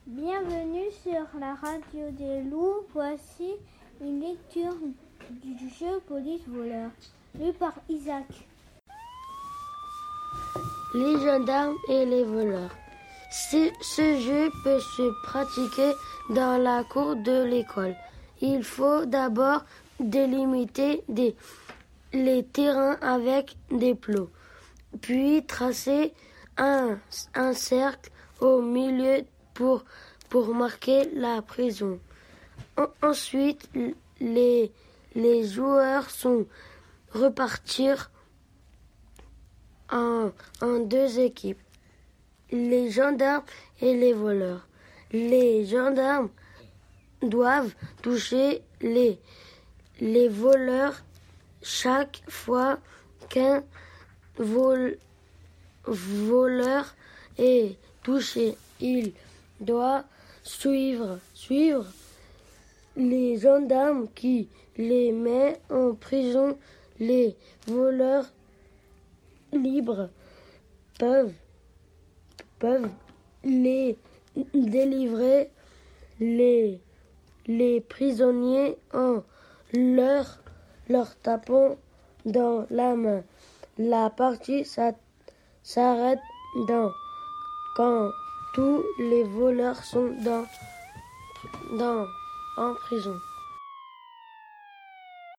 Bienvenue sur la radio des loups. Voici une lecture du jeu Police-Voleur, lu par Isaac. Les gendarmes et les voleurs. Ce jeu peut se pratiquer dans la cour de l'école. Il faut d'abord délimiter les terrains avec des plots, puis tracer un cercle au milieu pour marquer la prison. Ensuite, les joueurs sont repartir en deux équipes, les gendarmes et les voleurs. Les gendarmes doivent toucher les voleurs chaque fois qu'un voleur est touché. Il doit suivre les gendarmes qui les met en prison. Les voleurs libres peuvent les délivrer. Les prisonniers en leur tapant dans la main. La partie s'arrête quand tous les voleurs sont en prison.